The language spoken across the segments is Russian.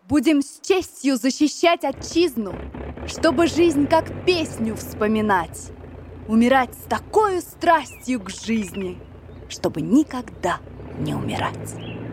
Будем с честью защищать отчизну, чтобы жизнь как песню вспоминать. Умирать с такой страстью к жизни, чтобы никогда не умирать.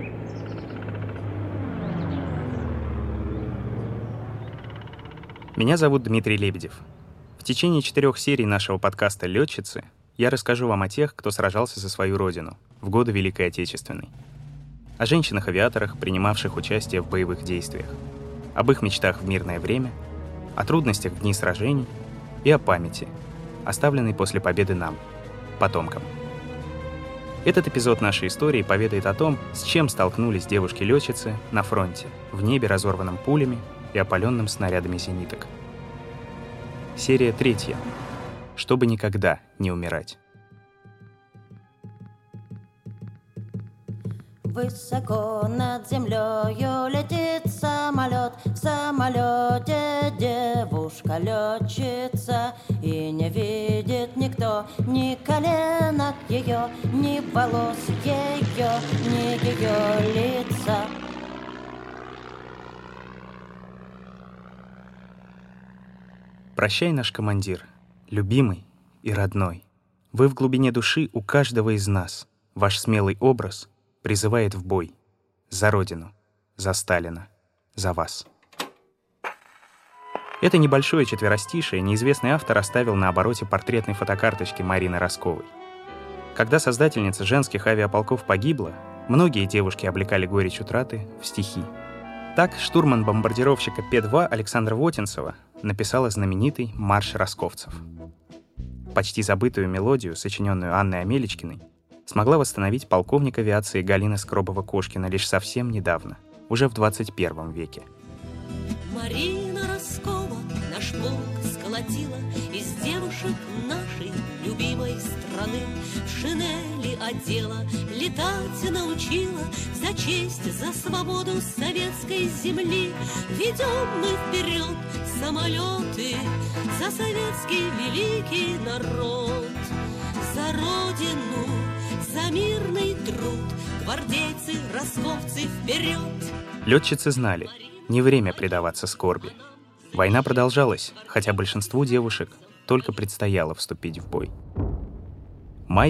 Меня зовут Дмитрий Лебедев. В течение 4 серий нашего подкаста «Летчицы» я расскажу вам о тех, кто сражался за свою родину в годы Великой Отечественной. О женщинах-авиаторах, принимавших участие в боевых действиях, об их мечтах в мирное время, о трудностях в дни сражений и о памяти, оставленной после победы нам, потомкам. Этот эпизод нашей истории поведает о том, с чем столкнулись девушки-летчицы на фронте, в небе, разорванном пулями и опаленным снарядами зениток. Серия 3. Чтобы никогда не умирать. Высоко над землею летит самолет, в самолете девушка-летчица, и не видит никто ни коленок ее, ни волос ее, ни ее лица. Прощай, наш командир, любимый и родной. Вы в глубине души у каждого из нас. Ваш смелый образ призывает в бой. За Родину, за Сталина, за вас. Это небольшое четверостишее неизвестный автор оставил на обороте портретной фотокарточки Марины Росковой. Когда создательница женских авиаполков погибла, многие девушки облекали горечь утраты в стихи. Так штурман бомбардировщика П-2 Александра Вотинцева написала знаменитый «Марш росковцев». Почти забытую мелодию, сочиненную Анной Амелечкиной, смогла восстановить полковник авиации Галина Скробова-Кошкина лишь совсем недавно, уже в 21 веке. Марина Роскова наш полк сколотила из девушек нашей любимой страны. В шинели одела, летать научила, за честь, за свободу советской земли. Ведем мы вперед самолеты за советский великий народ, за Родину, за мирный труд, гвардейцы, росковцы, вперед! Летчицы знали, не время предаваться скорби. Война продолжалась, хотя большинству девушек только предстояло вступить в бой. Май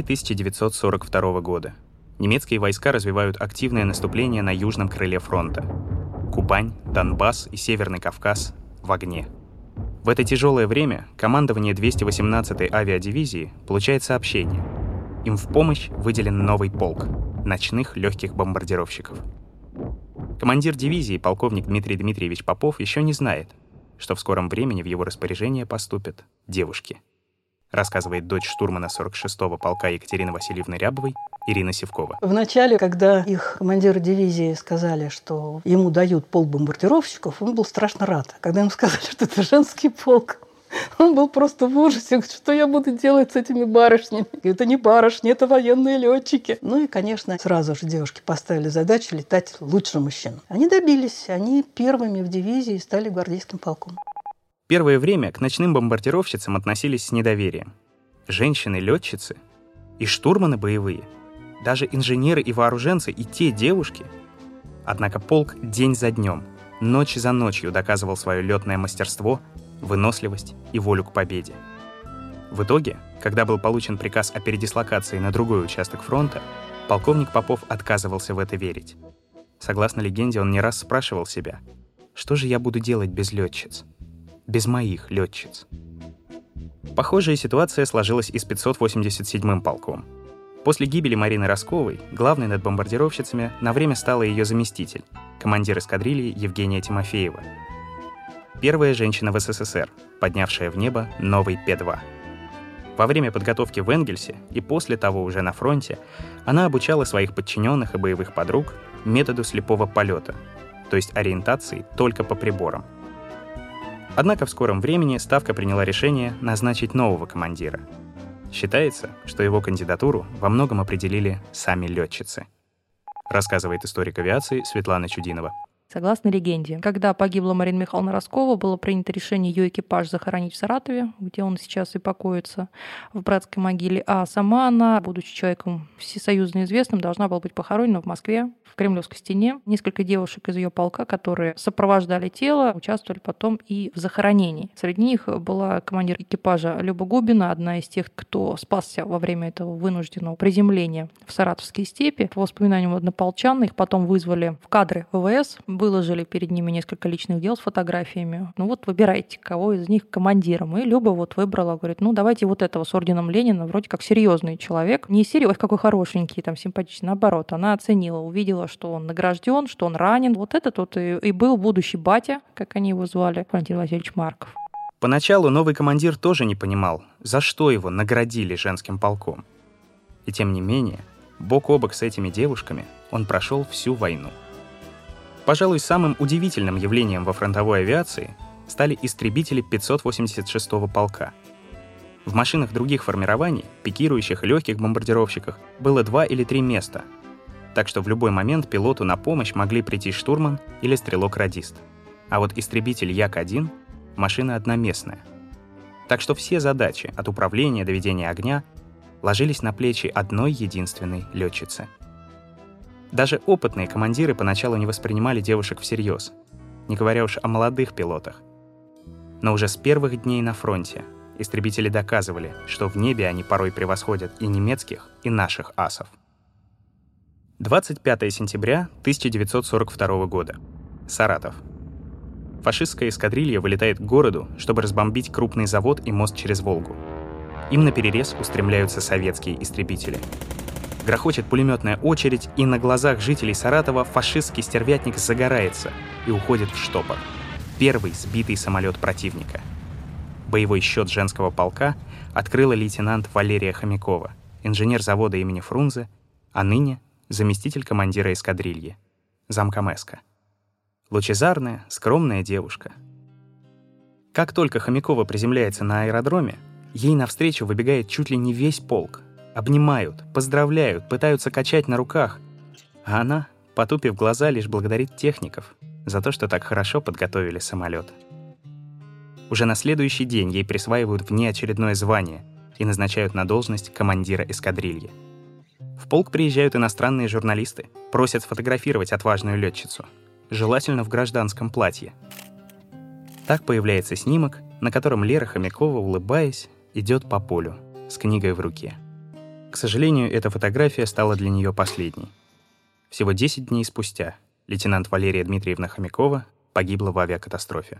1942 года. Немецкие войска развивают активное наступление на южном крыле фронта. Кубань, Донбасс и Северный Кавказ в огне. В это тяжелое время командование 218-й авиадивизии получает сообщение. Им в помощь выделен новый полк — ночных легких бомбардировщиков. Командир дивизии, полковник Дмитрий Дмитриевич Попов, еще не знает, что в скором времени в его распоряжение поступят девушки, рассказывает дочь штурмана 46-го полка Екатерины Васильевны Рябовой Ирина Сивкова. Вначале, когда их командиры дивизии сказали, что ему дают полк бомбардировщиков, он был страшно рад. Когда ему сказали, что это женский полк, он был просто в ужасе. Что я буду делать с этими барышнями? Это не барышни, это военные летчики. Ну и, конечно, сразу же девушки поставили задачу летать лучше мужчин. Они добились. Они первыми в дивизии стали гвардейским полком. Первое время к ночным бомбардировщицам относились с недоверием. Женщины-летчицы и штурманы боевые, даже инженеры и вооруженцы, и те девушки. Однако полк день за днем, ночь за ночью доказывал свое летное мастерство, выносливость и волю к победе. В итоге, когда был получен приказ о передислокации на другой участок фронта, полковник Попов отказывался в это верить. Согласно легенде, он не раз спрашивал себя: что же я буду делать без летчиц? Без моих летчиц. Похожая ситуация сложилась и с 587-м полком. После гибели Марины Росковой главной над бомбардировщицами на время стала ее заместитель, командир эскадрильи Евгения Тимофеева. Первая женщина в СССР, поднявшая в небо новый П-2. Во время подготовки в Энгельсе и после того уже на фронте она обучала своих подчиненных и боевых подруг методу слепого полета, то есть ориентации только по приборам. Однако в скором времени Ставка приняла решение назначить нового командира. Считается, что его кандидатуру во многом определили сами летчицы, рассказывает историк авиации Светлана Чудинова. Согласно легенде, когда погибла Марина Михайловна Роскова, было принято решение ее экипаж захоронить в Саратове, где он сейчас и покоится, в братской могиле, а сама она, будучи человеком всесоюзно известным, должна была быть похоронена в Москве, в Кремлевской стене. Несколько девушек из ее полка, которые сопровождали тело, участвовали потом и в захоронении. Среди них была командир экипажа Люба Губина, одна из тех, кто спасся во время этого вынужденного приземления в саратовские степи. По воспоминаниям однополчан, их потом вызвали в кадры ВВС, выложили перед ними несколько личных дел с фотографиями. Ну вот выбирайте, кого из них командиром. И Люба вот выбрала, говорит, ну давайте вот этого с орденом Ленина, вроде как серьезный человек. Не из серии, ой, какой хорошенький, там симпатичный, наоборот. Она оценила, увидела, что он награжден, что он ранен. Вот это тот и был будущий батя, как они его звали, Валентин Васильевич Марков. Поначалу новый командир тоже не понимал, за что его наградили женским полком. И тем не менее, бок о бок с этими девушками он прошел всю войну. Пожалуй, самым удивительным явлением во фронтовой авиации стали истребители 586-го полка. В машинах других формирований, пикирующих и легких бомбардировщиках, было 2 или 3 места, так что в любой момент пилоту на помощь могли прийти штурман или стрелок-радист. А вот истребитель Як-1 — машина одноместная. Так что все задачи, от управления до ведения огня, ложились на плечи одной единственной летчицы. Даже опытные командиры поначалу не воспринимали девушек всерьез, не говоря уж о молодых пилотах. Но уже с первых дней на фронте истребители доказывали, что в небе они порой превосходят и немецких, и наших асов. 25 сентября 1942 года. Саратов. Фашистская эскадрилья вылетает к городу, чтобы разбомбить крупный завод и мост через Волгу. Им наперерез устремляются советские истребители. Грохочет пулеметная очередь, и на глазах жителей Саратова фашистский стервятник загорается и уходит в штопор. Первый сбитый самолет противника. Боевой счет женского полка открыла лейтенант Валерия Хомякова, инженер завода имени Фрунзе, а ныне заместитель командира эскадрильи, замкомэска. Лучезарная, скромная девушка. Как только Хомякова приземляется на аэродроме, ей навстречу выбегает чуть ли не весь полк. Обнимают, поздравляют, пытаются качать на руках. А она, потупив глаза, лишь благодарит техников за то, что так хорошо подготовили самолет. Уже на следующий день ей присваивают внеочередное звание и назначают на должность командира эскадрильи. В полк приезжают иностранные журналисты, просят сфотографировать отважную летчицу, желательно в гражданском платье. Так появляется снимок, на котором Лера Хомякова, улыбаясь, идет по полю с книгой в руке. К сожалению, эта фотография стала для нее последней. Всего 10 дней спустя лейтенант Валерия Дмитриевна Хомякова погибла в авиакатастрофе.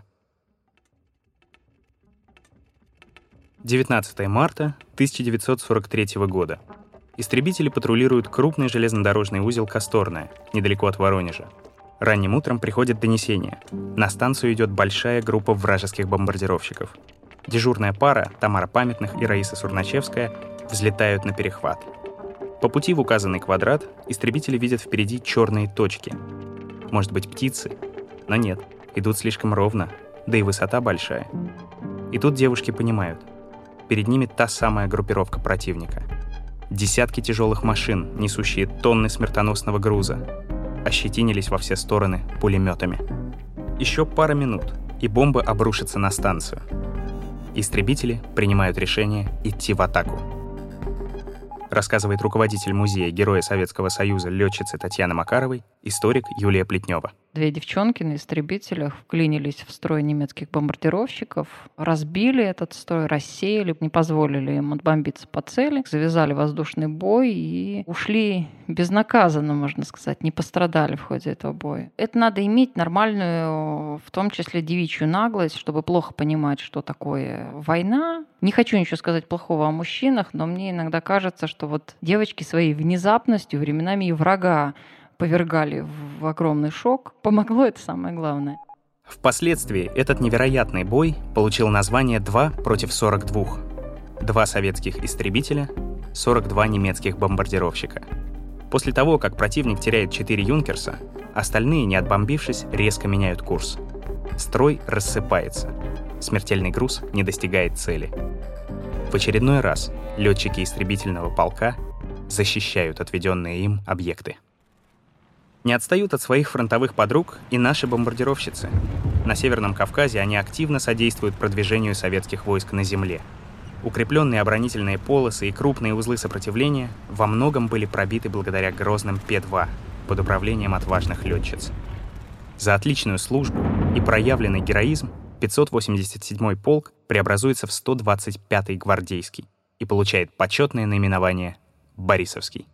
19 марта 1943 года. Истребители патрулируют крупный железнодорожный узел Косторное, недалеко от Воронежа. Ранним утром приходит донесение. На станцию идет большая группа вражеских бомбардировщиков. Дежурная пара, Тамара Памятных и Раиса Сурначевская, взлетают на перехват. По пути в указанный квадрат истребители видят впереди черные точки. Может быть, птицы? Но нет, идут слишком ровно, да и высота большая. И тут девушки понимают. Перед ними та самая группировка противника. Десятки тяжелых машин, несущие тонны смертоносного груза, ощетинились во все стороны пулеметами. Еще пара минут, и бомба обрушится на станцию. Истребители принимают решение идти в атаку. Рассказывает руководитель музея Героя Советского Союза летчицы Татьяны Макаровой, историк Юлия Плетнева. 2 девчонки на истребителях вклинились в строй немецких бомбардировщиков, разбили этот строй, рассеяли, не позволили им отбомбиться по цели, завязали воздушный бой и ушли безнаказанно, можно сказать, не пострадали в ходе этого боя. Это надо иметь нормальную, в том числе девичью наглость, чтобы плохо понимать, что такое война. Не хочу ничего сказать плохого о мужчинах, но мне иногда кажется, что вот девочки своей внезапностью временами и врага повергали в огромный шок. Помогло, это самое главное. Впоследствии этот невероятный бой получил название 2 против 42. 2 советских истребителя, 42 немецких бомбардировщика. После того, как противник теряет 4 «Юнкерса», остальные, не отбомбившись, резко меняют курс. Строй рассыпается. Смертельный груз не достигает цели. В очередной раз летчики истребительного полка защищают отведенные им объекты. Не отстают от своих фронтовых подруг и наши бомбардировщицы. На Северном Кавказе они активно содействуют продвижению советских войск на земле. Укрепленные оборонительные полосы и крупные узлы сопротивления во многом были пробиты благодаря грозным П-2 под управлением отважных летчиц. За отличную службу и проявленный героизм 587-й полк преобразуется в 125-й гвардейский и получает почетное наименование «Борисовский».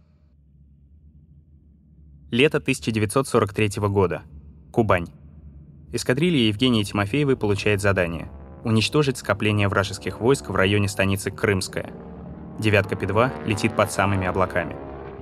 Лето 1943 года. Кубань. Эскадрилья Евгении Тимофеевой получает задание уничтожить скопление вражеских войск в районе станицы Крымская. Девятка П-2 летит под самыми облаками.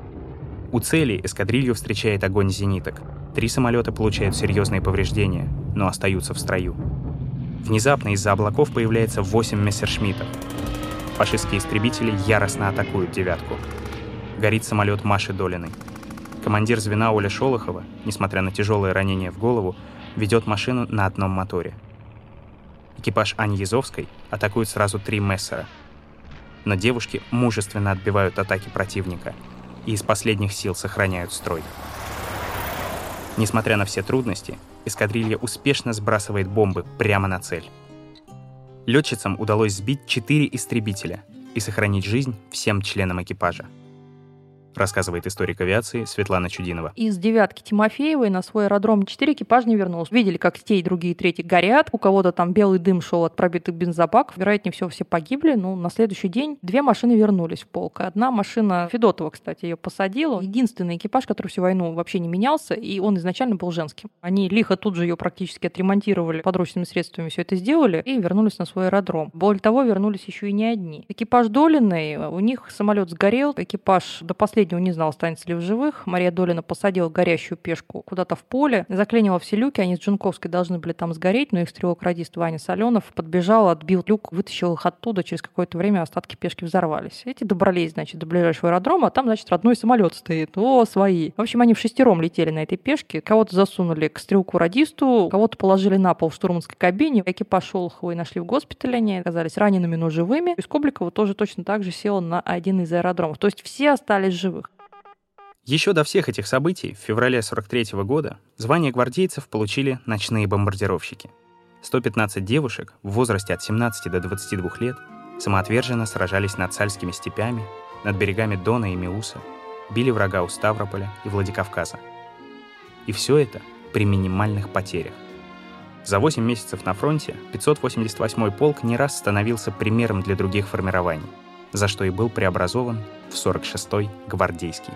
У цели эскадрилью встречает огонь зениток. 3 самолета получают серьезные повреждения, но остаются в строю. Внезапно из-за облаков появляется 8 мессершмиттов. Фашистские истребители яростно атакуют девятку. Горит самолет Маши Долиной. Командир звена Оля Шолохова, несмотря на тяжелое ранение в голову, ведет машину на одном моторе. Экипаж Ани Язовской атакует сразу 3 мессера. Но девушки мужественно отбивают атаки противника и из последних сил сохраняют строй. Несмотря на все трудности, эскадрилья успешно сбрасывает бомбы прямо на цель. Летчицам удалось сбить 4 истребителя и сохранить жизнь всем членам экипажа, рассказывает историк авиации Светлана Чудинова. Из девятки Тимофеевой на свой аэродром 4 экипаж не вернулся. Видели, как те и другие третьи горят. У кого-то там белый дым шел от пробитых бензобаков. Вероятнее всего, все погибли. Но на следующий день 2 машины вернулись в полк. Одна машина Федотова, кстати, ее посадила. Единственный экипаж, который всю войну вообще не менялся, и он изначально был женским. Они лихо тут же ее практически отремонтировали, подручными средствами все это сделали и вернулись на свой аэродром. Более того, вернулись еще и не одни. Экипаж Долиной, у них самолет сгорел. Экипаж до последнего не знал, останется ли в живых. Мария Долина посадила горящую пешку куда-то в поле, заклинила все люки, они с Джунковской должны были там сгореть, но их стрелок-радист Ваня Соленов подбежал, отбил люк, вытащил их оттуда, через какое-то время остатки пешки взорвались. Эти добрались, значит, до ближайшего аэродрома, а там, значит, родной самолет стоит. О, свои. В общем, они вшестером летели на этой пешке, кого-то засунули к стрелку-радисту, кого-то положили на пол в штурманской кабине, экипаж Шолоховой нашли в госпитале, они оказались ранеными, но живыми. Из Кобликова тоже точно так же села на один из аэродромов. То есть все остались живых. Еще до всех этих событий, в феврале 1943 года, звание гвардейцев получили ночные бомбардировщики. 115 девушек в возрасте от 17 до 22 лет самоотверженно сражались над Сальскими степями, над берегами Дона и Меуса, били врага у Ставрополя и Владикавказа. И все это при минимальных потерях. За 8 месяцев на фронте 588-й полк не раз становился примером для других формирований, за что и был преобразован в 46-й гвардейский.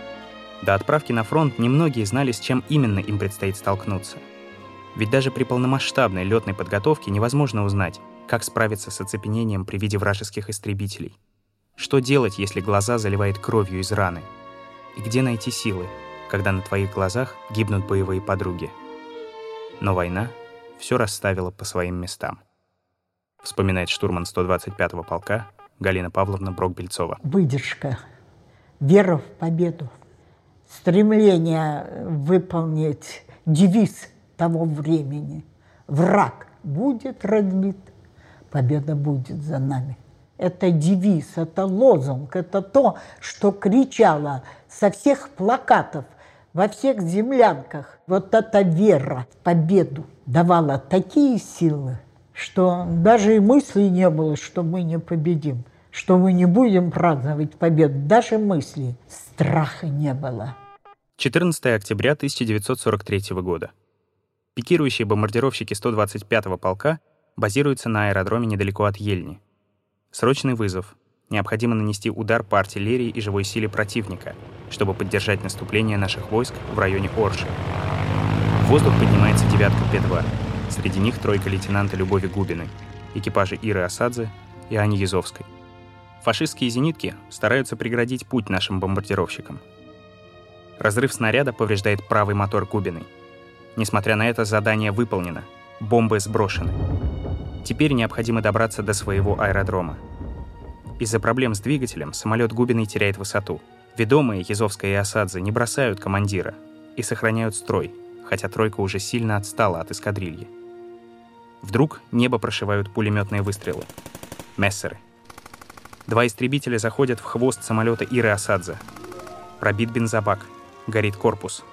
До отправки на фронт немногие знали, с чем именно им предстоит столкнуться. Ведь даже при полномасштабной летной подготовке невозможно узнать, как справиться с оцепенением при виде вражеских истребителей. Что делать, если глаза заливает кровью из раны? И где найти силы, когда на твоих глазах гибнут боевые подруги? Но война все расставила по своим местам. Вспоминает штурман 125-го полка Галина Павловна Брок-Бельцова. Выдержка, вера в победу, стремление выполнить девиз того времени. Враг будет разбит, победа будет за нами. Это девиз, это лозунг, это то, что кричало со всех плакатов, во всех землянках. Вот эта вера в победу давала такие силы, что даже и мысли не было, что мы не победим, что мы не будем праздновать победу. Даже мысли. Страха не было. 14 октября 1943 года. Пикирующие бомбардировщики 125-го полка базируются на аэродроме недалеко от Ельни. Срочный вызов. Необходимо нанести удар по артиллерии и живой силе противника, чтобы поддержать наступление наших войск в районе Орши. В воздух поднимается девятка П-2. Среди них тройка лейтенанта Любови Губиной, экипажи Иры Асадзе и Ани Язовской. Фашистские зенитки стараются преградить путь нашим бомбардировщикам. Разрыв снаряда повреждает правый мотор Губиной. Несмотря на это, задание выполнено. Бомбы сброшены. Теперь необходимо добраться до своего аэродрома. Из-за проблем с двигателем самолет Губиной теряет высоту. Ведомые Язовская и Асадзе не бросают командира и сохраняют строй, хотя тройка уже сильно отстала от эскадрильи. Вдруг небо прошивают пулеметные выстрелы. Мессеры. 2 истребителя заходят в хвост самолета Иры Асадзе. Пробит бензобак. Горит корпус.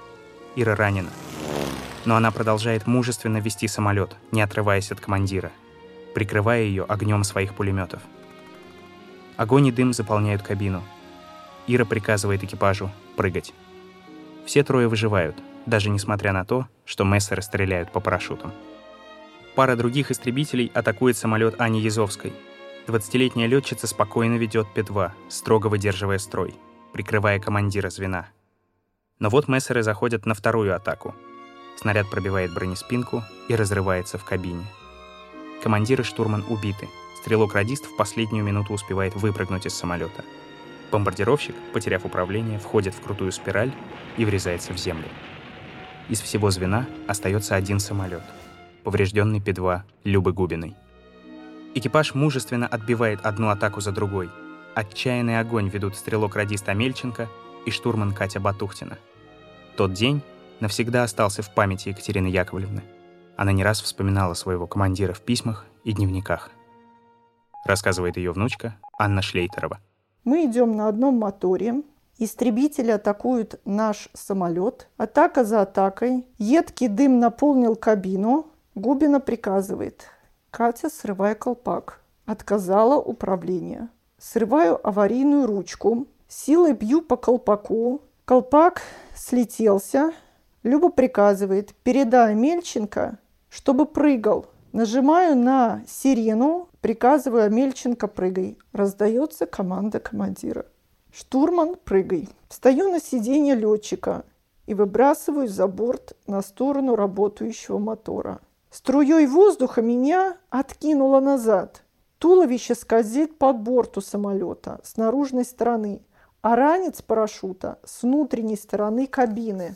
Ира ранена. Но она продолжает мужественно вести самолет, не отрываясь от командира, прикрывая ее огнем своих пулеметов. Огонь и дым заполняют кабину. Ира приказывает экипажу прыгать. Все трое выживают, даже несмотря на то, что мессеры стреляют по парашютам. Пара других истребителей атакует самолет Ани Язовской. 20-летняя летчица спокойно ведет П-2, строго выдерживая строй, прикрывая командира звена. Но вот мессеры заходят на вторую атаку. Снаряд пробивает бронеспинку и разрывается в кабине. Командир и штурман убиты. Стрелок-радист в последнюю минуту успевает выпрыгнуть из самолета. Бомбардировщик, потеряв управление, входит в крутую спираль и врезается в землю. Из всего звена остается один самолет, поврежденный П-2 Любы Губиной. Экипаж мужественно отбивает одну атаку за другой. Отчаянный огонь ведут стрелок-радист Амельченко и штурман Катя Батухтина. Тот день навсегда остался в памяти Екатерины Яковлевны. Она не раз вспоминала своего командира в письмах и дневниках. Рассказывает ее внучка Анна Шлейтерова. Мы идем на одном моторе. Истребители атакуют наш самолет. Атака за атакой. Едкий дым наполнил кабину. Губина приказывает: «Катя, срывай колпак». Отказала управление. Срываю аварийную ручку. Силой бью по колпаку. Колпак слетелся. Люба приказывает: «Передай Амельченко, чтобы прыгал». Нажимаю на сирену. Приказываю: «Амельченко, прыгай». Раздается команда командира: «Штурман, прыгай». Встаю на сиденье летчика и выбрасываюсь за борт на сторону работающего мотора. Струей воздуха меня откинуло назад. Туловище скользит по борту самолета с наружной стороны, а ранец парашюта с внутренней стороны кабины.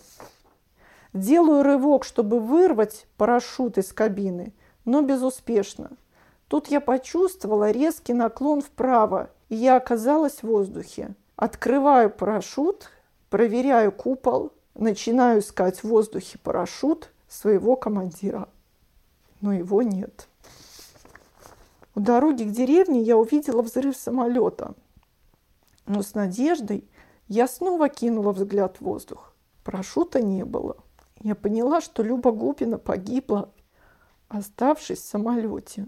Делаю рывок, чтобы вырвать парашют из кабины, но безуспешно. Тут я почувствовала резкий наклон вправо, и я оказалась в воздухе. Открываю парашют, проверяю купол, начинаю искать в воздухе парашют своего командира. Но его нет. У дороги к деревне я увидела взрыв самолета. Но с надеждой я снова кинула взгляд в воздух. Парашюта не было. Я поняла, что Люба Губина погибла, оставшись в самолете.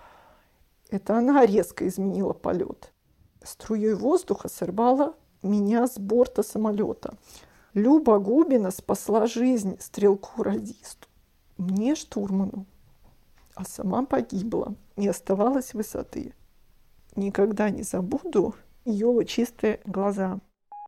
Это она резко изменила полет. Струей воздуха сорвала меня с борта самолета. Люба Губина спасла жизнь стрелку-радисту, мне, штурману, а сама погибла и оставалась высоты. Никогда не забуду ее чистые глаза.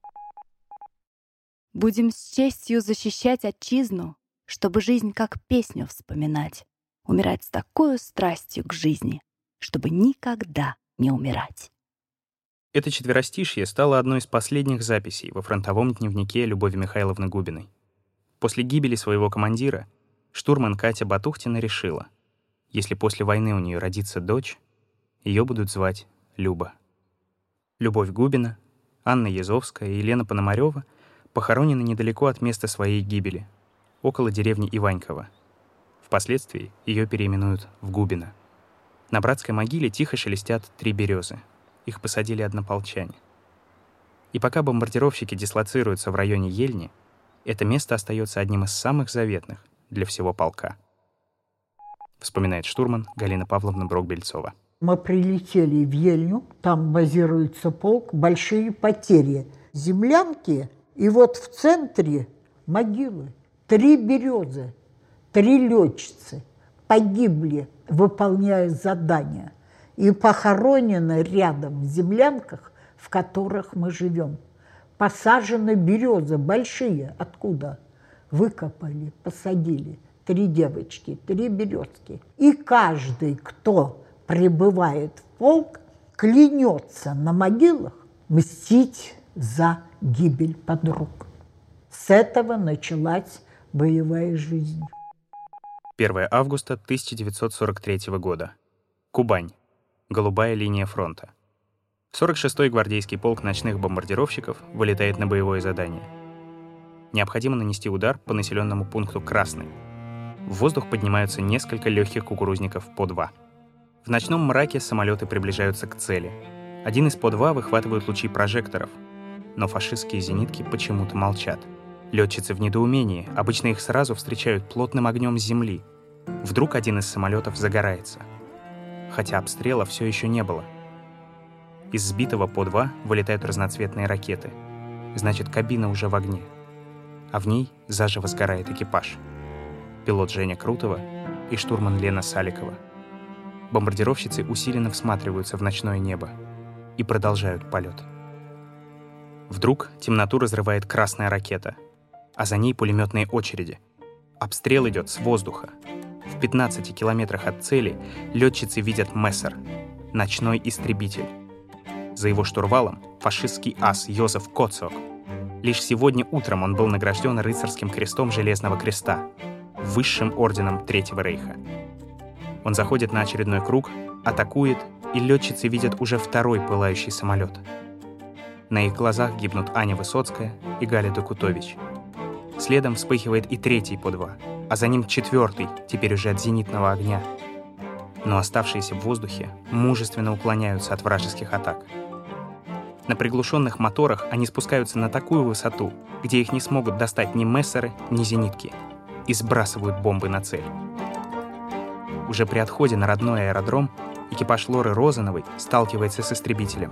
Будем с честью защищать отчизну, чтобы жизнь как песню вспоминать, умирать с такой страстью к жизни, чтобы никогда не умирать. Это четверостишье стало одной из последних записей во фронтовом дневнике Любови Михайловны Губиной. После гибели своего командира штурман Катя Батухтина решила, если после войны у нее родится дочь, ее будут звать Люба. Любовь Губина, Анна Язовская и Елена Пономарёва похоронены недалеко от места своей гибели, около деревни Иваньково. Впоследствии ее переименуют в Губино. На братской могиле тихо шелестят 3 березы. Их посадили однополчане. И пока бомбардировщики дислоцируются в районе Ельни, это место остается одним из самых заветных для всего полка. Вспоминает штурман Галина Павловна Брок-Бельцова. Мы прилетели в Ельню, там базируется полк, большие потери. Землянки, и вот в центре могилы. 3 березы, 3 летчицы погибли, выполняя задания. И похоронены рядом в землянках, в которых мы живем. Посажены березы большие. Откуда? Выкопали, посадили. 3 девочки, 3 березки. И каждый, кто прибывает в полк, клянется на могилах мстить за гибель подруг. С этого началась боевая жизнь. 1 августа 1943 года. Кубань. Голубая линия фронта. 46-й гвардейский полк ночных бомбардировщиков вылетает на боевое задание. Необходимо нанести удар по населенному пункту Красный. В воздух поднимаются несколько легких кукурузников ПО-2. В ночном мраке самолеты приближаются к цели. Один из ПО-2 выхватывают лучи прожекторов, но фашистские зенитки почему-то молчат. Летчицы в недоумении, обычно их сразу встречают плотным огнем с земли. Вдруг один из самолетов загорается. Хотя обстрела все еще не было. Из сбитого по-2 вылетают разноцветные ракеты. Значит, кабина уже в огне. А в ней заживо сгорает экипаж. Пилот Женя Крутова и штурман Лена Саликова. Бомбардировщицы усиленно всматриваются в ночное небо и продолжают полет. Вдруг темноту разрывает красная ракета, а за ней пулеметные очереди. Обстрел идет с воздуха. В 15 километрах от цели летчицы видят Мессер, ночной истребитель. За его штурвалом фашистский ас Йозеф Коцок. Лишь сегодня утром он был награжден рыцарским крестом Железного Креста, высшим орденом Третьего Рейха. Он заходит на очередной круг, атакует, и летчицы видят уже второй пылающий самолет. На их глазах гибнут Аня Высоцкая и Галя Докутович. Следом вспыхивает и третий по-2, а за ним четвертый, теперь уже от зенитного огня. Но оставшиеся в воздухе мужественно уклоняются от вражеских атак. На приглушенных моторах они спускаются на такую высоту, где их не смогут достать ни мессеры, ни зенитки, и сбрасывают бомбы на цель. Уже при отходе на родной аэродром экипаж Лоры Розановой сталкивается с истребителем.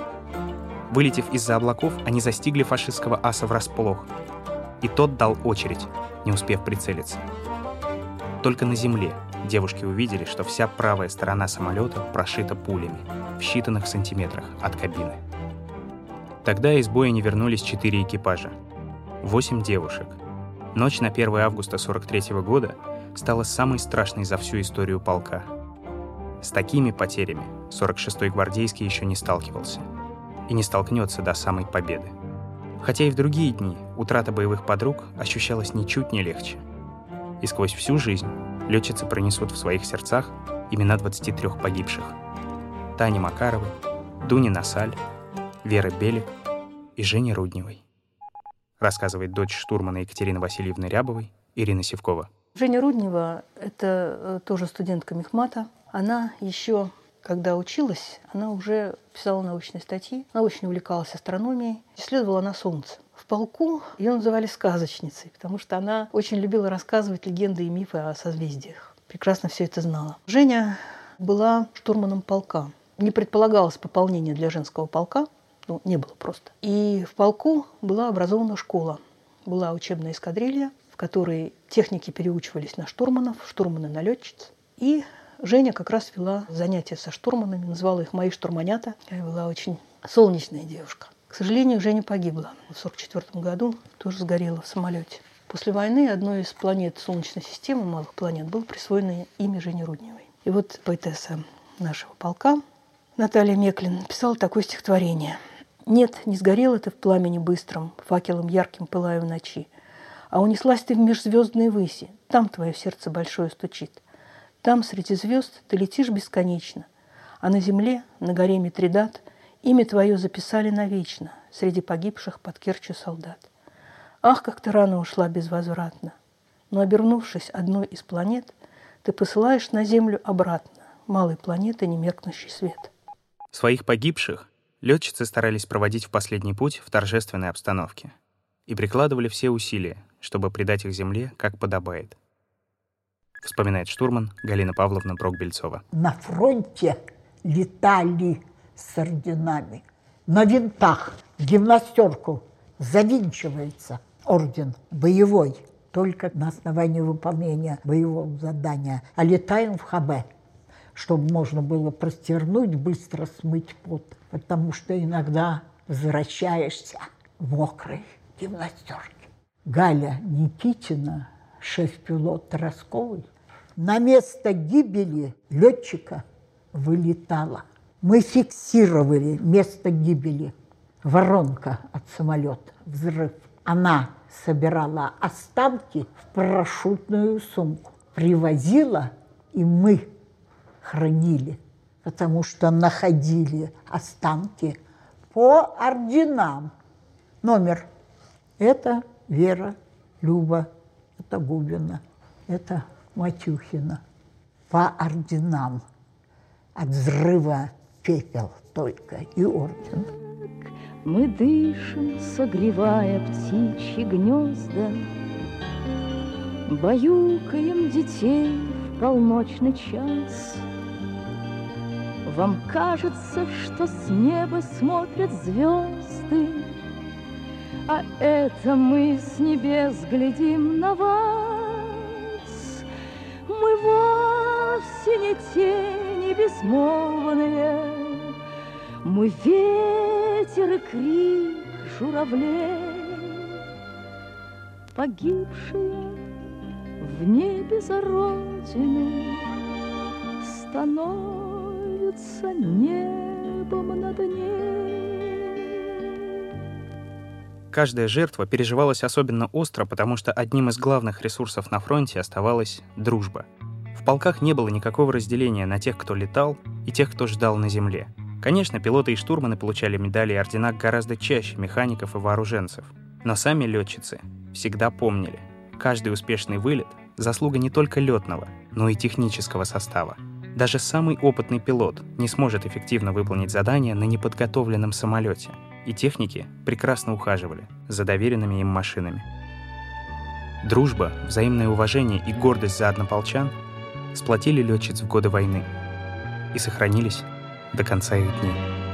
Вылетев из-за облаков, они застигли фашистского аса врасплох, и тот дал очередь, не успев прицелиться. Только на земле девушки увидели, что вся правая сторона самолета прошита пулями в считанных сантиметрах от кабины. Тогда из боя не вернулись 4 экипажа, 8 девушек. Ночь на 1 августа 1943 года стала самой страшной за всю историю полка. С такими потерями 46-й гвардейский еще не сталкивался и не столкнется до самой победы. Хотя и в другие дни утрата боевых подруг ощущалась ничуть не легче. И сквозь всю жизнь летчицы пронесут в своих сердцах имена 23 погибших: Тани Макаровой, Дуни Насаль, Веры Белик и Жени Рудневой. Рассказывает дочь штурмана Екатерины Васильевны Рябовой Ирина Сивкова. Женя Руднева – это тоже студентка мехмата. Она еще, когда училась, она уже писала научные статьи. Она очень увлекалась астрономией. Исследовала она Солнце. В полку ее называли сказочницей, потому что она очень любила рассказывать легенды и мифы о созвездиях. Прекрасно все это знала. Женя была штурманом полка. Не предполагалось пополнение для женского полка. Не было просто. И в полку была образована школа. Была учебная эскадрилья, в которой техники переучивались на штурманов, штурманы на летчиц. И Женя как раз вела занятия со штурманами, называла их «мои штурманята». Я была очень солнечная девушка. К сожалению, Женя погибла. В 1944 году тоже сгорела в самолете. После войны одной из планет Солнечной системы, малых планет, было присвоено имя Жени Рудневой. И вот поэтесса нашего полка Наталья Меклин написала такое стихотворение. «Нет, не сгорела ты в пламени быстром, факелом ярким пылая в ночи, а унеслась ты в межзвездные выси, там твое сердце большое стучит. Там среди звезд ты летишь бесконечно, а на земле, на горе Митридат, имя твое записали навечно среди погибших под Керчью солдат. Ах, как ты рано ушла безвозвратно, но, обернувшись одной из планет, ты посылаешь на Землю обратно малой планеты немеркнущий свет». Своих погибших летчицы старались проводить в последний путь в торжественной обстановке и прикладывали все усилия, чтобы предать их земле, как подобает. Вспоминает штурман Галина Павловна Брок-Бельцова. На фронте летали с орденами. На винтах гимнастерку завинчивается орден боевой только на основании выполнения боевого задания. А летаем в ХБ, чтобы можно было простернуть, быстро смыть пот. Потому что иногда возвращаешься в мокрой гимнастерке. Галя Никитина, шеф-пилот Росковой, на место гибели летчика вылетала. Мы фиксировали место гибели. Воронка от самолета, взрыв. Она собирала останки в парашютную сумку, привозила, и мы хранили, потому что находили останки по орденам. Номер. Это Вера, Люба, это Губина, это Матюхина. По орденам. От взрыва пепел только и орден. Мы дышим, согревая птичьи гнезда, баюкаем детей в полночный час. Вам кажется, что с неба смотрят звезды, а это мы с небес глядим на вас. Мы вовсе не тени безмолвные, мы ветер и крик журавлей, погибшие в небе за родину, становятся небом над ней. Каждая жертва переживалась особенно остро, потому что одним из главных ресурсов на фронте оставалась дружба. В полках не было никакого разделения на тех, кто летал, и тех, кто ждал на земле. Конечно, пилоты и штурманы получали медали и ордена гораздо чаще механиков и вооруженцев. Но сами летчицы всегда помнили, каждый успешный вылет — заслуга не только летного, но и технического состава. Даже самый опытный пилот не сможет эффективно выполнить задание на неподготовленном самолете. И техники прекрасно ухаживали за доверенными им машинами. Дружба, взаимное уважение и гордость за однополчан сплотили летчиц в годы войны и сохранились до конца их дней.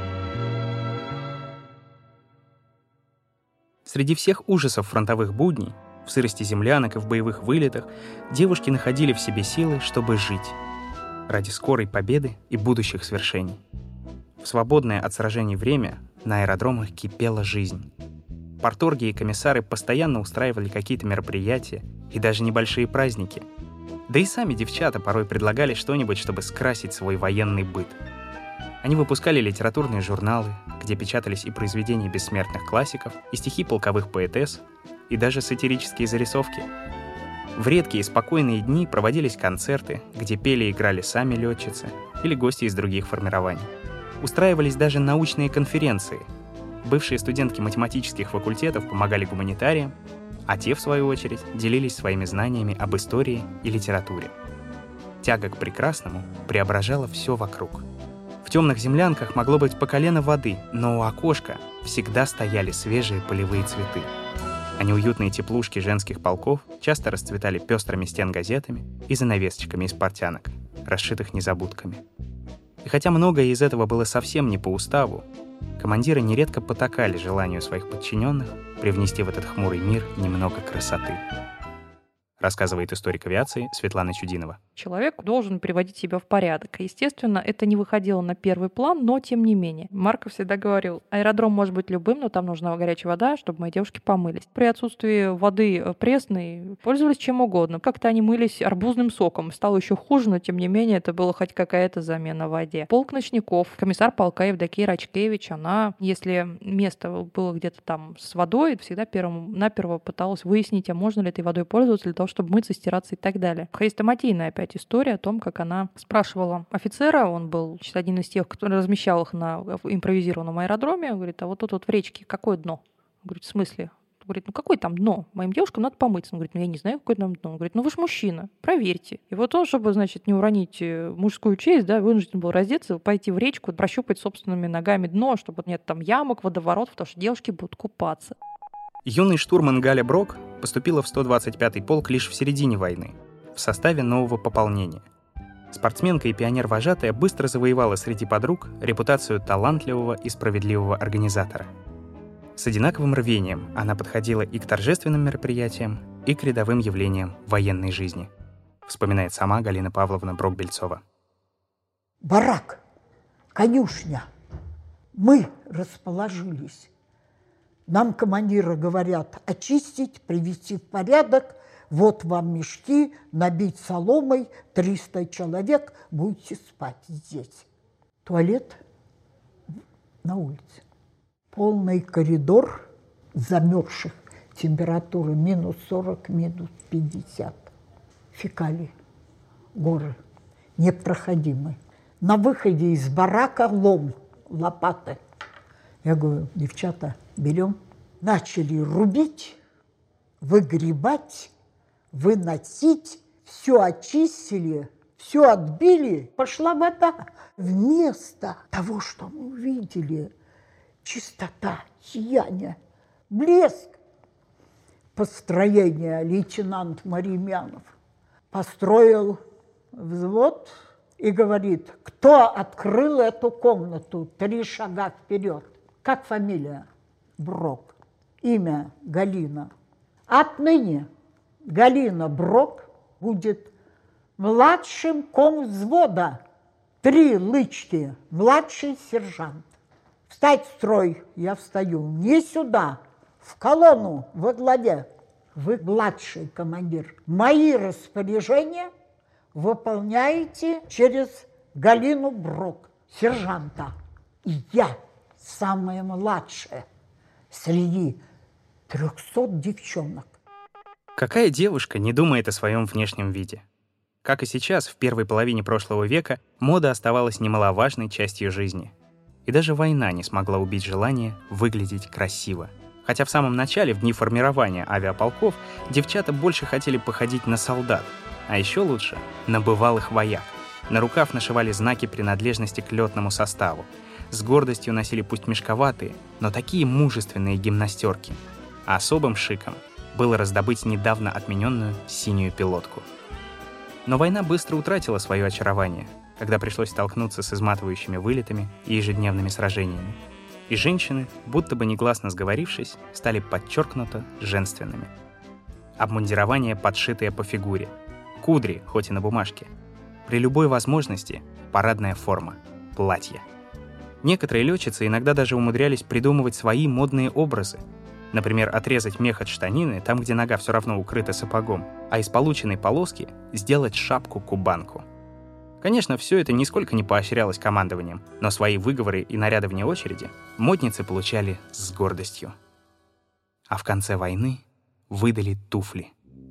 Среди всех ужасов фронтовых будней, в сырости землянок и в боевых вылетах, девушки находили в себе силы, чтобы жить ради скорой победы и будущих свершений. В свободное от сражений время на аэродромах кипела жизнь. Парторги и комиссары постоянно устраивали какие-то мероприятия и даже небольшие праздники. Да и сами девчата порой предлагали что-нибудь, чтобы скрасить свой военный быт. Они выпускали литературные журналы, где печатались и произведения бессмертных классиков, и стихи полковых поэтесс, и даже сатирические зарисовки. В редкие спокойные дни проводились концерты, где пели и играли сами летчицы или гости из других формирований. Устраивались даже научные конференции. Бывшие студентки математических факультетов помогали гуманитариям, а те, в свою очередь, делились своими знаниями об истории и литературе. Тяга к прекрасному преображала все вокруг. В темных землянках могло быть по колено воды, но у окошка всегда стояли свежие полевые цветы. А неуютные теплушки женских полков часто расцветали пестрыми стенгазетами и занавесочками из портянок, расшитых незабудками. И хотя многое из этого было совсем не по уставу, командиры нередко потакали желанию своих подчиненных привнести в этот хмурый мир немного красоты. Рассказывает историк авиации Светлана Чудинова. Человек должен приводить себя в порядок. Естественно, это не выходило на первый план, но тем не менее. Марков всегда говорил, аэродром может быть любым, но там нужна горячая вода, чтобы мои девушки помылись. При отсутствии воды пресной пользовались чем угодно. Как-то они мылись арбузным соком. Стало еще хуже, но тем не менее это была хоть какая-то замена в воде. Полк ночников, комиссар полка Евдокия Рачкевич, она, если место было где-то там с водой, всегда наперво пыталась выяснить, а можно ли этой водой пользоваться для того, чтобы мыться, стираться и так далее. Хрестоматийная опять история о том, как она спрашивала офицера, он был один из тех, кто размещал их на импровизированном аэродроме, говорит, а вот тут вот в речке какое дно? Говорит, в смысле? Говорит, ну какое там дно? Моим девушкам надо помыться. Он говорит, ну я не знаю, какое там дно. Он говорит, ну вы же мужчина, проверьте. И вот он, чтобы, значит, не уронить мужскую честь, да, вынужден был раздеться, пойти в речку, прощупать собственными ногами дно, чтобы нет там ямок, водоворотов, потому что девушки будут купаться. Юный штурман Галя Брок поступила в 125-й полк лишь в середине войны, в составе нового пополнения. Спортсменка и пионер-вожатая быстро завоевала среди подруг репутацию талантливого и справедливого организатора. С одинаковым рвением она подходила и к торжественным мероприятиям, и к рядовым явлениям военной жизни, вспоминает сама Галина Павловна Брок-Бельцова. Барак, конюшня. Мы расположились. Нам командиры говорят очистить, привести в порядок. Вот вам мешки, набить соломой, 300 человек, будете спать здесь. Туалет на улице. Полный коридор замерзших, температура минус 40, минус 50. Фекалии, горы, непроходимые. На выходе из барака лом, лопаты. Я говорю, девчата, берем. Начали рубить, выгребать, выносить, все очистили, все отбили. Пошла вода. Вместо того, что мы увидели, чистота, сияние, блеск. Построение лейтенант Маримянов построил взвод и говорит, кто открыл эту комнату? 3 шага вперед. Как фамилия? Брок. Имя Галина. Отныне Галина Брок будет младшим комвзвода. 3 лычки. Младший сержант. Встать в строй. Я встаю. Не сюда. В колонну во главе. Вы младший командир. Мои распоряжения выполняете через Галину Брок, сержанта. И я самая младшая среди 300 девчонок. Какая девушка не думает о своем внешнем виде? Как и сейчас, в первой половине прошлого века, мода оставалась немаловажной частью жизни. И даже война не смогла убить желание выглядеть красиво. Хотя в самом начале, в дни формирования авиаполков, девчата больше хотели походить на солдат, а еще лучше — на бывалых вояк. На рукав нашивали знаки принадлежности к летному составу. С гордостью носили пусть мешковатые, но такие мужественные гимнастерки. А особым шиком было раздобыть недавно отмененную синюю пилотку. Но война быстро утратила свое очарование, когда пришлось столкнуться с изматывающими вылетами и ежедневными сражениями. И женщины, будто бы негласно сговорившись, стали подчеркнуто женственными. Обмундирование, подшитое по фигуре. Кудри, хоть и на бумажке. При любой возможности парадная форма, платье. Некоторые летчицы иногда даже умудрялись придумывать свои модные образы. Например, отрезать мех от штанины там, где нога все равно укрыта сапогом, а из полученной полоски сделать шапку-кубанку. Конечно, все это нисколько не поощрялось командованием, но свои выговоры и наряды вне очереди модницы получали с гордостью. А в конце войны выдали туфли.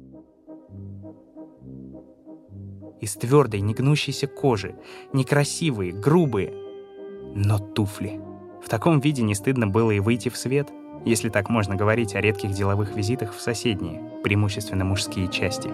Из твердой, негнущейся кожи, некрасивые, грубые, но туфли. В таком виде не стыдно было и выйти в свет, если так можно говорить о редких деловых визитах в соседние, преимущественно мужские части.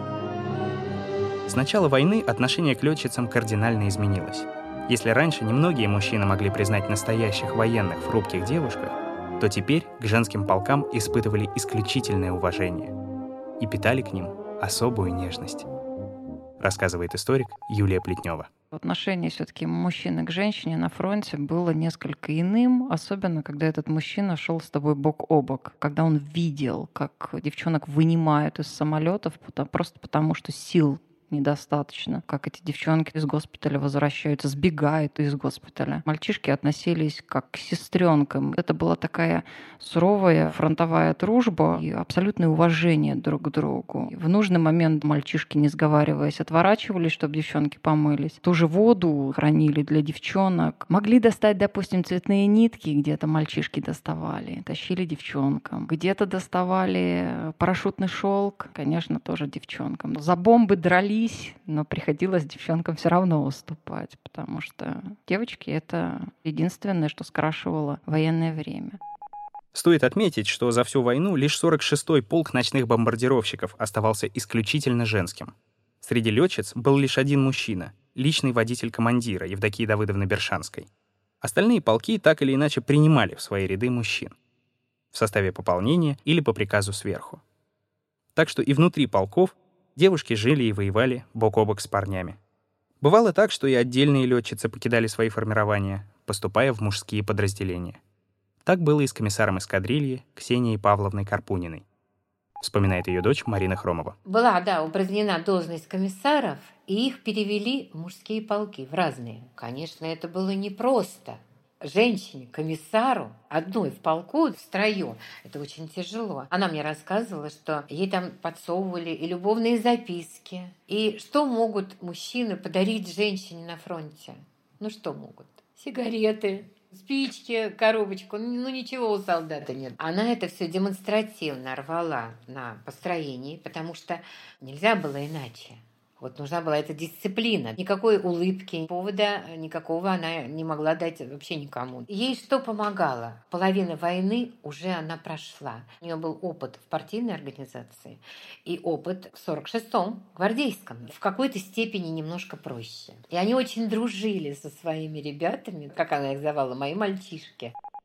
С начала войны отношение к летчицам кардинально изменилось. Если раньше немногие мужчины могли признать настоящих военных в хрупких девушках, то теперь к женским полкам испытывали исключительное уважение и питали к ним особую нежность, рассказывает историк Юлия Плетнева. Отношение все-таки мужчины к женщине на фронте было несколько иным, особенно когда этот мужчина шел с тобой бок о бок, когда он видел, как девчонок вынимают из самолетов просто потому, что сил недостаточно, как эти девчонки из госпиталя возвращаются, сбегают из госпиталя. Мальчишки относились как к сестренкам. Это была такая суровая фронтовая дружба и абсолютное уважение друг к другу. И в нужный момент мальчишки, не сговариваясь, отворачивались, чтобы девчонки помылись. Ту же воду хранили для девчонок. Могли достать, допустим, цветные нитки, где-то мальчишки доставали, тащили девчонкам. Где-то доставали парашютный шелк, конечно, тоже девчонкам. За бомбы дрались, но приходилось девчонкам все равно уступать, потому что девочки — это единственное, что скрашивало военное время. Стоит отметить, что за всю войну лишь 46-й полк ночных бомбардировщиков оставался исключительно женским. Среди летчиц был лишь один мужчина — личный водитель командира Евдокии Давыдовны Бершанской. Остальные полки так или иначе принимали в свои ряды мужчин в составе пополнения или по приказу сверху. Так что и внутри полков девушки жили и воевали бок о бок с парнями. Бывало так, что и отдельные летчицы покидали свои формирования, поступая в мужские подразделения. Так было и с комиссаром эскадрильи Ксенией Павловной Карпуниной, вспоминает ее дочь Марина Хромова. Была, упразднена должность комиссаров, и их перевели в мужские полки, в разные. Конечно, это было непросто. Женщине, комиссару, одной в полку, в строю, это очень тяжело. Она мне рассказывала, что ей там подсовывали и любовные записки. И что могут мужчины подарить женщине на фронте? Ну что могут? Сигареты, спички, коробочку. Ну ничего у солдата нет. Она это все демонстративно рвала на построении, потому что нельзя было иначе. Вот нужна была эта дисциплина. Никакой улыбки, повода никакого она не могла дать вообще никому. Ей что помогало? Половина войны уже она прошла. У нее был опыт в партийной организации и опыт в 46-м гвардейском. В какой-то степени немножко проще. И они очень дружили со своими ребятами, как она их звала, мои мальчишки.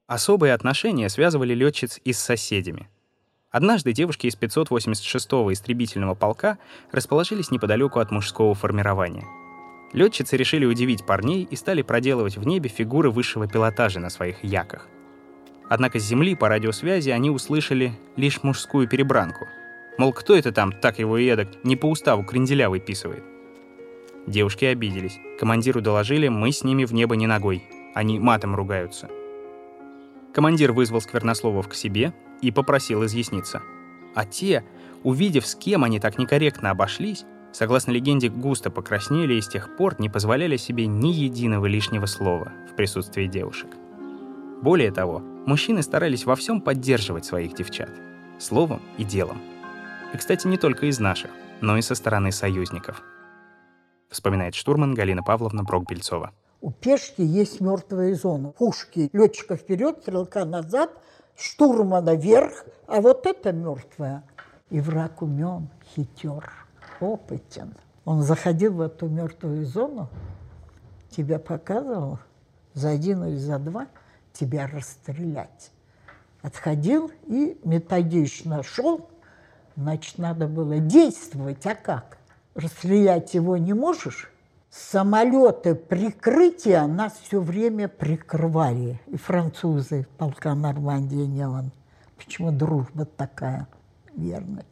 Особые отношения связывали летчиц и с соседями. Однажды девушки из 586-го истребительного полка расположились неподалеку от мужского формирования. Летчицы решили удивить парней и стали проделывать в небе фигуры высшего пилотажа на своих яках. Однако с земли по радиосвязи они услышали лишь мужскую перебранку. Мол, кто это там, так его и эдак, не по уставу кренделя выписывает? Девушки обиделись. Командиру доложили, мы с ними в небо не ногой. Они матом ругаются. Командир вызвал сквернословов к себе и попросил изъясниться. А те, увидев, с кем они так некорректно обошлись, согласно легенде, густо покраснели и с тех пор не позволяли себе ни единого лишнего слова в присутствии девушек. Более того, мужчины старались во всем поддерживать своих девчат. Словом и делом. И, кстати, не только из наших, но и со стороны союзников. Вспоминает штурман Галина Павловна Брок-Бельцова. У пешки есть мертвая зона. Пушки летчика вперед, стрелка назад, штурмана вверх, а вот это мертвая. И враг умен, хитер, опытен. Он заходил в эту мертвую зону, тебя показывал, за один или за два тебя расстрелять. Отходил и методично шел, значит, надо было действовать, а как? Расстрелять его не можешь? Самолеты прикрытия нас все время прикрывали. И французы, полка Нормандия, Неван. Почему дружба такая верная?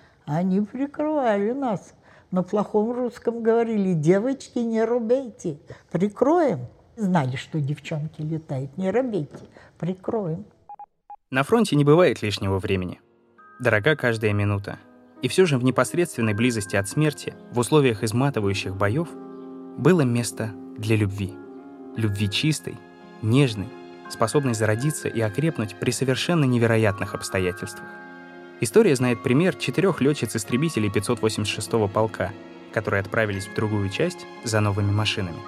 Они прикрывали нас. На плохом русском говорили: девочки, не робейте, прикроем. Знали, что девчонки летают, не робейте, прикроем. На фронте не бывает лишнего времени. Дорога каждая минута. И все же в непосредственной близости от смерти, в условиях изматывающих боев, было место для любви. Любви чистой, нежной, способной зародиться и окрепнуть при совершенно невероятных обстоятельствах. История знает пример 4 летчиц-истребителей 586-го полка, которые отправились в другую часть за новыми машинами.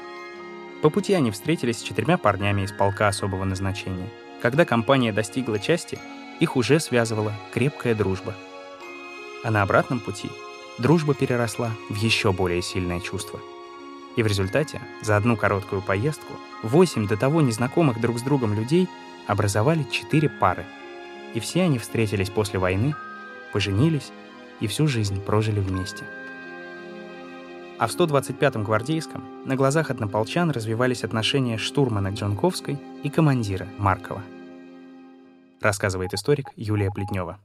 По пути они встретились с 4 парнями из полка особого назначения. Когда компания достигла части, их уже связывала крепкая дружба. А на обратном пути дружба переросла в еще более сильное чувство. И в результате, за одну короткую поездку, 8 до того незнакомых друг с другом людей образовали 4 пары. И все они встретились после войны, поженились и всю жизнь прожили вместе. А в 125-м гвардейском на глазах однополчан развивались отношения штурмана Джонковской и командира Маркова. Рассказывает историк Юлия Плетнева.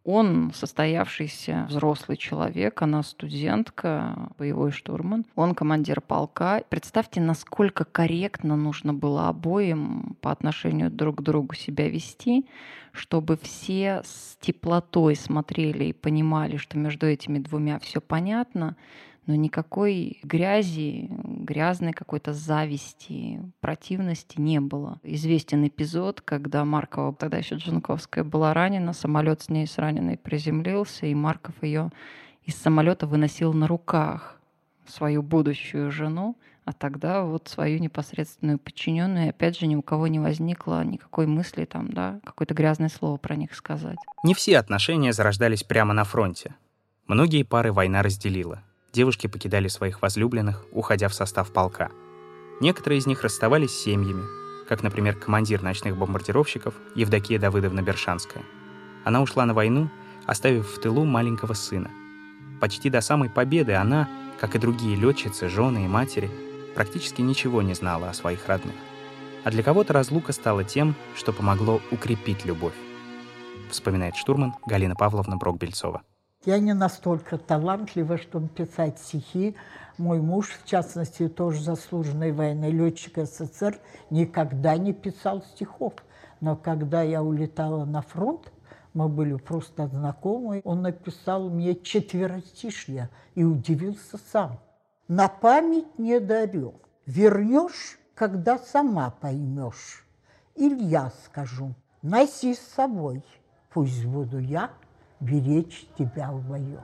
Он состоявшийся взрослый человек, она студентка, боевой штурман. Он командир полка. Представьте, насколько корректно нужно было обоим по отношению друг к другу себя вести, чтобы все с теплотой смотрели и понимали, что между этими двумя все понятно, но никакой грязи, грязной какой-то зависти, противности не было. Известен эпизод, когда Маркова, тогда еще Джонковская, была ранена, самолет с ней с раненой приземлился, и Марков ее из самолета выносил на руках, свою будущую жену, а тогда вот свою непосредственную подчиненную, и опять же ни у кого не возникло никакой мысли там, да, какое-то грязное слово про них сказать. Не все отношения зарождались прямо на фронте. Многие пары война разделила. Девушки покидали своих возлюбленных, уходя в состав полка. Некоторые из них расставались с семьями, как, например, командир ночных бомбардировщиков Евдокия Давыдовна Бершанская. Она ушла на войну, оставив в тылу маленького сына. Почти до самой победы она, как и другие летчицы, жены и матери, практически ничего не знала о своих родных. А для кого-то разлука стала тем, что помогло укрепить любовь. Вспоминает штурман Галина Павловна Брок-Бельцова. Я не настолько талантлива, чтобы писать стихи. Мой муж, в частности, тоже заслуженный военный летчик СССР, никогда не писал стихов. Но когда я улетала на фронт, мы были просто знакомы, он написал мне 4-стишья и удивился сам. На память не дарю, вернешь, когда сама поймешь. Или я скажу, носи с собой, пусть буду я беречь тебя в бою.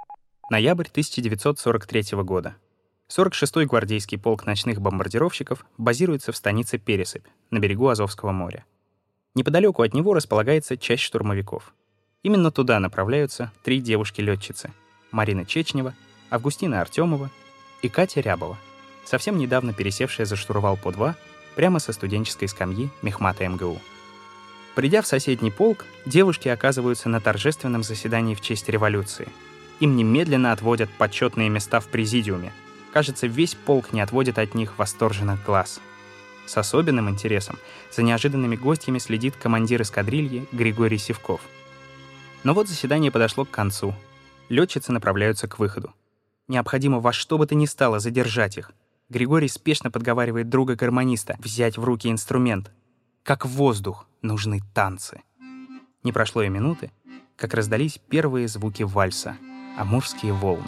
Ноябрь 1943 года. 46-й гвардейский полк ночных бомбардировщиков базируется в станице Пересыпь, на берегу Азовского моря. Неподалеку от него располагается часть штурмовиков. Именно туда направляются 3 девушки-летчицы — Марина Чечнева, Августина Артемова и Катя Рябова, совсем недавно пересевшая за штурвал По-2 прямо со студенческой скамьи мехмата МГУ. Придя в соседний полк, девушки оказываются на торжественном заседании в честь революции. Им немедленно отводят почетные места в президиуме. Кажется, весь полк не отводит от них восторженных глаз. С особенным интересом за неожиданными гостями следит командир эскадрильи Григорий Сивков. Но вот заседание подошло к концу. Летчицы направляются к выходу. Необходимо во что бы то ни стало задержать их. Григорий спешно подговаривает друга-гармониста взять в руки инструмент. Как воздух нужны танцы. Не прошло и минуты, как раздались первые звуки вальса «Амурские волны».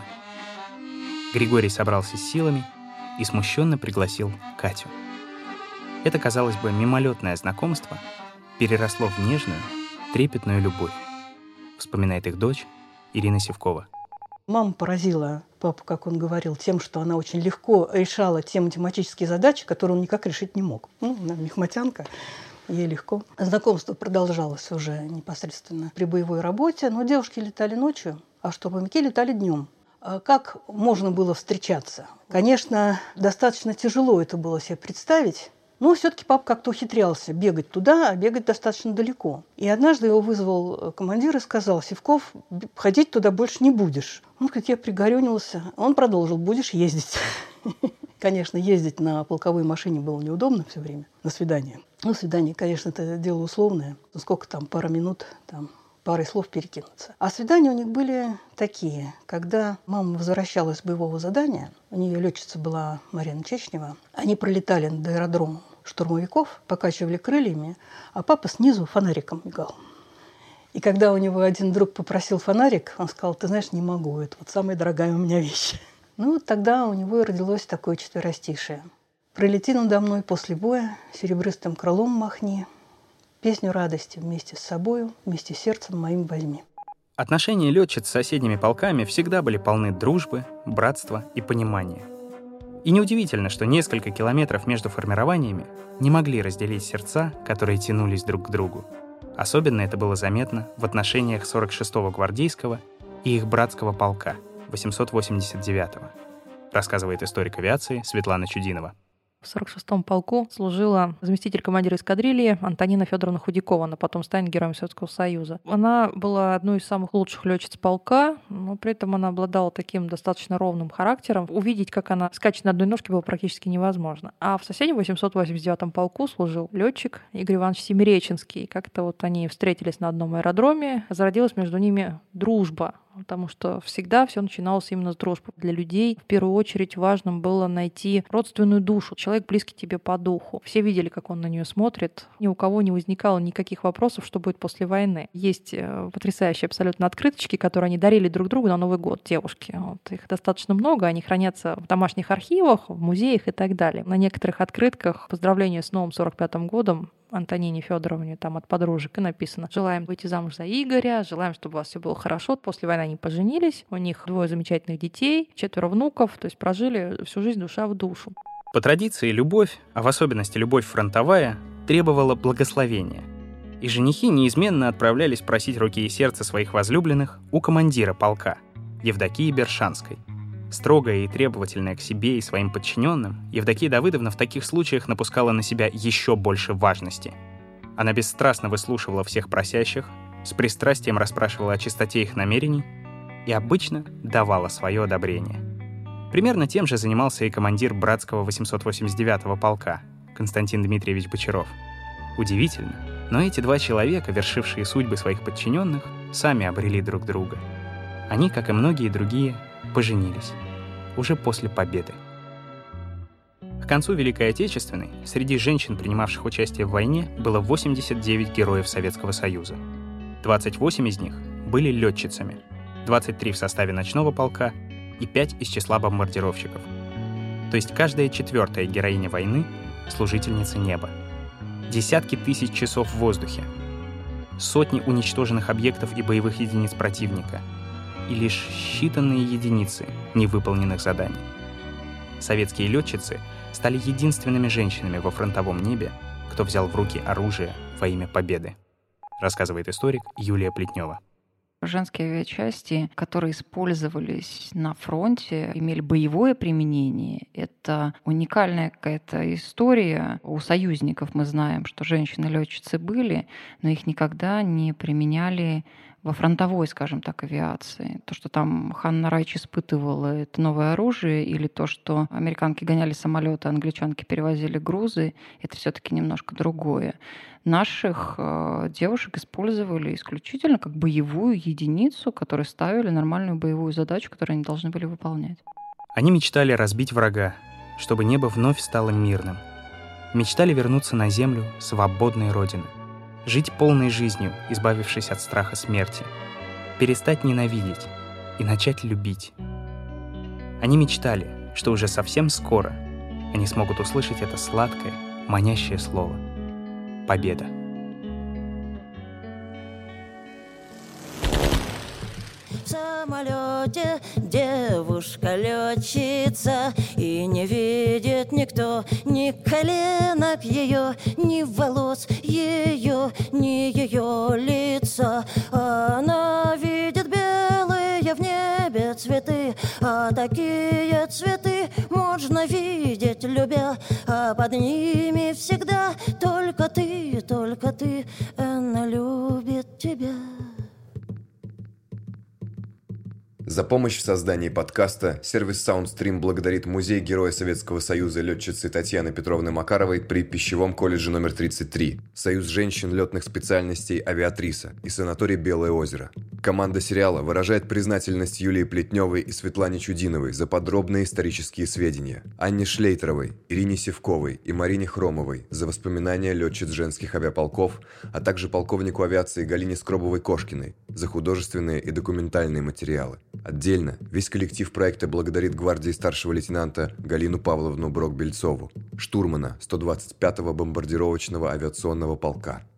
Григорий собрался с силами и смущенно пригласил Катю. Это, казалось бы, мимолетное знакомство переросло в нежную, трепетную любовь, вспоминает их дочь Ирина Сивкова. Мама поразила папу, как он говорил, тем, что она очень легко решала те математические задачи, которые он никак решить не мог. Она мехматянка, ей легко. Знакомство продолжалось уже непосредственно при боевой работе, но девушки летали ночью, а штурмовики летали днем. Как можно было встречаться? Конечно, достаточно тяжело это было себе представить, но все-таки папа как-то ухитрялся бегать туда, а бегать достаточно далеко. И однажды его вызвал командир и сказал: «Сивков, ходить туда больше не будешь». Он говорит: «Я пригорюнился». Он продолжил: «Будешь ездить». Конечно, ездить на полковой машине было неудобно все время на свидание. Ну, свидание, конечно, это дело условное. Сколько там, пара минут, там, парой слов перекинуться. А свидания у них были такие. Когда мама возвращалась с боевого задания, у нее летчица была Марина Чечнева, они пролетали над аэродромом штурмовиков, покачивали крыльями, а папа снизу фонариком мигал. И когда у него один друг попросил фонарик, он сказал: «Ты знаешь, не могу, это вот самая дорогая у меня вещь». Ну, тогда у него родилось такое четверостишее. «Пролети надо мной после боя, серебристым крылом махни, песню радости вместе с собою, вместе с сердцем моим возьми». Отношения летчиц с соседними полками всегда были полны дружбы, братства и понимания. И неудивительно, что несколько километров между формированиями не могли разделить сердца, которые тянулись друг к другу. Особенно это было заметно в отношениях 46-го гвардейского и их братского полка, 889-го, рассказывает историк авиации Светлана Чудинова. В 46-м полку служила заместитель командира эскадрильи Антонина Федоровна Худякова. Она потом станет Героем Советского Союза. Она была одной из самых лучших летчиц полка, но при этом она обладала таким достаточно ровным характером. Увидеть, как она скачет на одной ножке, было практически невозможно. А в соседнем 889-м полку служил летчик Игорь Иванович Семиреченский. Как-то вот они встретились на одном аэродроме, зародилась между ними дружба. Потому что всегда все начиналось именно с дружбы. Для людей в первую очередь важным было найти родственную душу, человек близкий тебе по духу. Все видели, как он на нее смотрит. Ни у кого не возникало никаких вопросов, что будет после войны. Есть потрясающие абсолютно открыточки, которые они дарили друг другу на Новый год, девушки. Вот их достаточно много, они хранятся в домашних архивах, в музеях и так далее. На некоторых открытках поздравления с новым 45-м годом Антонине Федоровне там от подружек и написано: «Желаем выйти замуж за Игоря, желаем, чтобы у вас все было хорошо». После войны они поженились, у них 2 замечательных детей, 4 внуков, то есть прожили всю жизнь душа в душу. По традиции любовь, а в особенности любовь фронтовая, требовала благословения. И женихи неизменно отправлялись просить руки и сердца своих возлюбленных у командира полка, Евдокии Бершанской. Строгая и требовательная к себе и своим подчиненным, Евдокия Давыдовна в таких случаях напускала на себя еще больше важности. Она бесстрастно выслушивала всех просящих, с пристрастием расспрашивала о чистоте их намерений и обычно давала свое одобрение. Примерно тем же занимался и командир братского 889-го полка Константин Дмитриевич Бочаров. Удивительно, но эти 2 человека, вершившие судьбы своих подчиненных, сами обрели друг друга. Они, как и многие другие, поженились уже после победы. К концу Великой Отечественной среди женщин, принимавших участие в войне, было 89 героев Советского Союза. 28 из них были летчицами, 23 в составе ночного полка и 5 из числа бомбардировщиков. То есть каждая 4-я героиня войны — служительница неба. Десятки тысяч часов в воздухе, сотни уничтоженных объектов и боевых единиц противника и лишь считанные единицы невыполненных заданий. Советские летчицы стали единственными женщинами во фронтовом небе, кто взял в руки оружие во имя победы, рассказывает историк Юлия Плетнева. женские авиачасти, которые использовались на фронте, имели боевое применение. Это уникальная какая-то история. У союзников мы знаем, что женщины-летчицы были, но их никогда не применяли во фронтовой, скажем так, авиации. То, что там Ханна Райч испытывала это новое оружие, или то, что американки гоняли самолеты, англичанки перевозили грузы, это все-таки немножко другое. Наших девушек использовали исключительно как боевую единицу, которые ставили нормальную боевую задачу, которую они должны были выполнять. Они мечтали разбить врага, чтобы небо вновь стало мирным. Мечтали вернуться на землю свободной родины. Жить полной жизнью, избавившись от страха смерти. Перестать ненавидеть и начать любить. Они мечтали, что уже совсем скоро они смогут услышать это сладкое, манящее слово — победа. В самолете девушка-летчица, и не видит никто ни коленок ее, ни волос ее, ни ее лица. Она видит белые в небе цветы, а такие цветы можно видеть, любя, а под ними всегда только ты, она любит тебя. За помощь в создании подкаста сервис SoundStream благодарит Музей Героя Советского Союза летчицы Татьяны Петровны Макаровой при Пищевом колледже номер 33, Союз женщин летных специальностей «Авиатриса» и санаторий «Белое озеро». Команда сериала выражает признательность Юлии Плетневой и Светлане Чудиновой за подробные исторические сведения, Анне Шлейтеровой, Ирине Севковой и Марине Хромовой за воспоминания летчиц женских авиаполков, а также полковнику авиации Галине Скробовой-Кошкиной за художественные и документальные материалы. Отдельно весь коллектив проекта благодарит гвардии старшего лейтенанта Галину Павловну Брок-Бельцову, штурмана 125-го бомбардировочного авиационного полка.